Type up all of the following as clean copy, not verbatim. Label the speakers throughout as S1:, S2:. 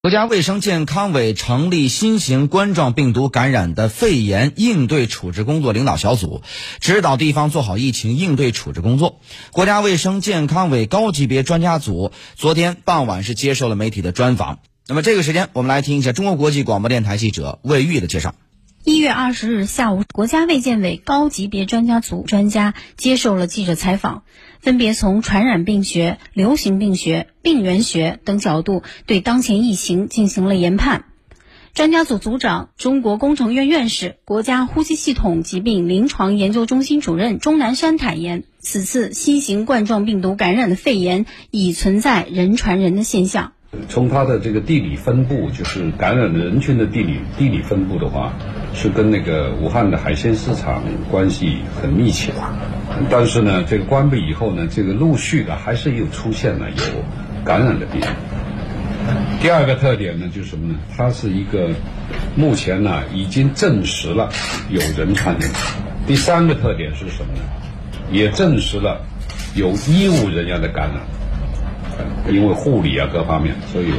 S1: 国家卫生健康委成立新型冠状病毒感染的肺炎应对处置工作领导小组，指导地方做好疫情应对处置工作。国家卫生健康委高级别专家组昨天傍晚是接受了媒体的专访。那么这个时间，我们来听一下中国国际广播电台记者魏玉的介绍。
S2: 1月20日下午，国家卫健委高级别专家组专家接受了记者采访，分别从传染病学、流行病学、病原学等角度对当前疫情进行了研判。专家组组长、中国工程院院士、国家呼吸系统疾病临床研究中心主任钟南山坦言，此次新型冠状病毒感染的肺炎已存在人传人的现象。
S3: 从它的这个地理分布，就是感染的人群的地理分布的话，是跟那个武汉的海鲜市场关系很密切。但是呢，这个关闭以后呢，这个陆续的还是又出现了有感染的病人。第二个特点呢，就是什么呢？它是一个目前呢已经证实了有人传人。第三个特点是什么呢？也证实了有医务人员的感染。因为护理啊各方面，所以有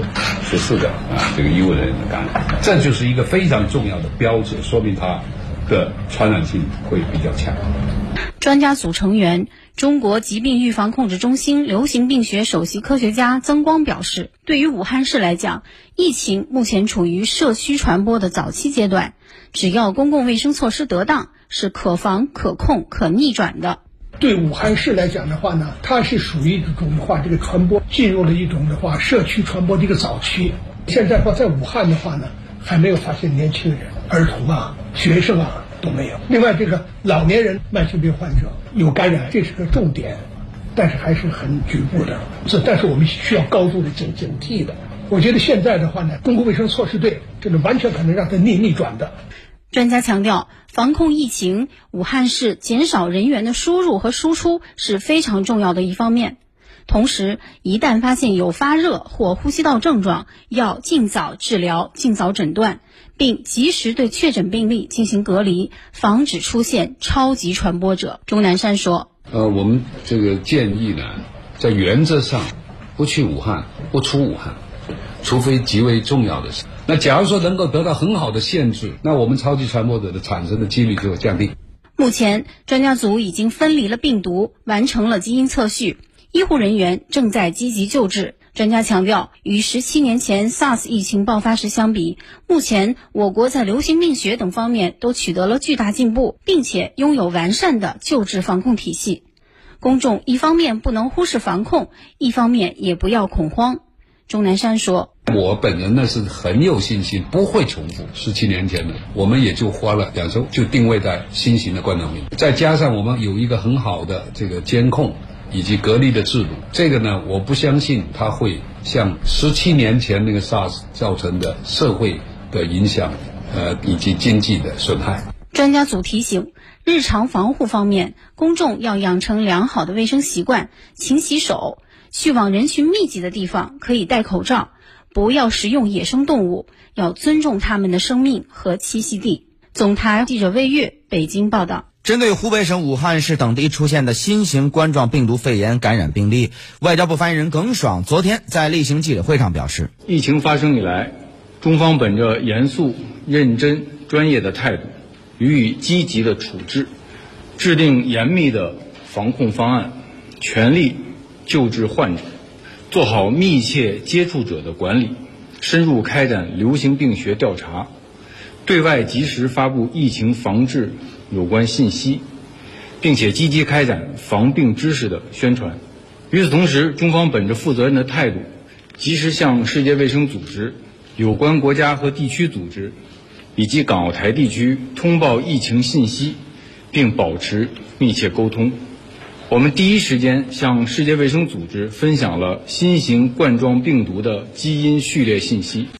S3: 14个这个医务人员的感染，这就是一个非常重要的标志，说明它的传染性会比较强。
S2: 专家组成员、中国疾病预防控制中心流行病学首席科学家曾光表示，对于武汉市来讲，疫情目前处于社区传播的早期阶段，只要公共卫生措施得当，是可防、可控、可逆转的。
S4: 对武汉市来讲的话呢，它是属于一种的话，这个传播进入了一种的话社区传播的一个早期。现在在武汉的话呢，还没有发现年轻人、儿童啊、学生啊都没有。另外，这个老年人、慢性病患者有感染，这是个重点，但是还是很局部的。但是我们需要高度的警惕的。我觉得现在的话呢，公共卫生措施对，这个完全可能让它逆转的。
S2: 专家强调，防控疫情，武汉市减少人员的输入和输出是非常重要的一方面。同时，一旦发现有发热或呼吸道症状，要尽早治疗、尽早诊断，并及时对确诊病例进行隔离，防止出现超级传播者。钟南山说：
S3: 我们这个建议呢，在原则上不去武汉，不出武汉，除非极为重要的事。那假如说能够得到很好的限制，那我们超级传播者的产生的几率就会降低。
S2: 目前，专家组已经分离了病毒，完成了基因测序，医护人员正在积极救治。专家强调，与17年前 SARS 疫情爆发时相比，目前我国在流行病学等方面都取得了巨大进步，并且拥有完善的救治防控体系。公众一方面不能忽视防控，一方面也不要恐慌。钟南山说：
S3: 我本人呢是很有信心，不会重复17年前的，我们也就花了2周就定位在新型的冠状病毒，再加上我们有一个很好的这个监控以及隔离的制度，这个呢我不相信它会像17年前那个 SARS 造成的社会的影响以及经济的损害。
S2: 专家组提醒，日常防护方面，公众要养成良好的卫生习惯，勤洗手，去往人群密集的地方可以戴口罩，不要食用野生动物，要尊重它们的生命和栖息地。总台记者魏月北京报道。
S1: 针对湖北省武汉市等地出现的新型冠状病毒肺炎感染病例，外交部发言人耿爽昨天在例行记者会上表示，
S5: 疫情发生以来，中方本着严肃、认真、专业的态度，予以积极的处置，制定严密的防控方案，全力救治患者，做好密切接触者的管理，深入开展流行病学调查，对外及时发布疫情防治有关信息，并且积极开展防病知识的宣传。与此同时，中方本着负责任的态度，及时向世界卫生组织、有关国家和地区组织以及港澳台地区通报疫情信息，并保持密切沟通。我们第一时间向世界卫生组织分享了新型冠状病毒的基因序列信息。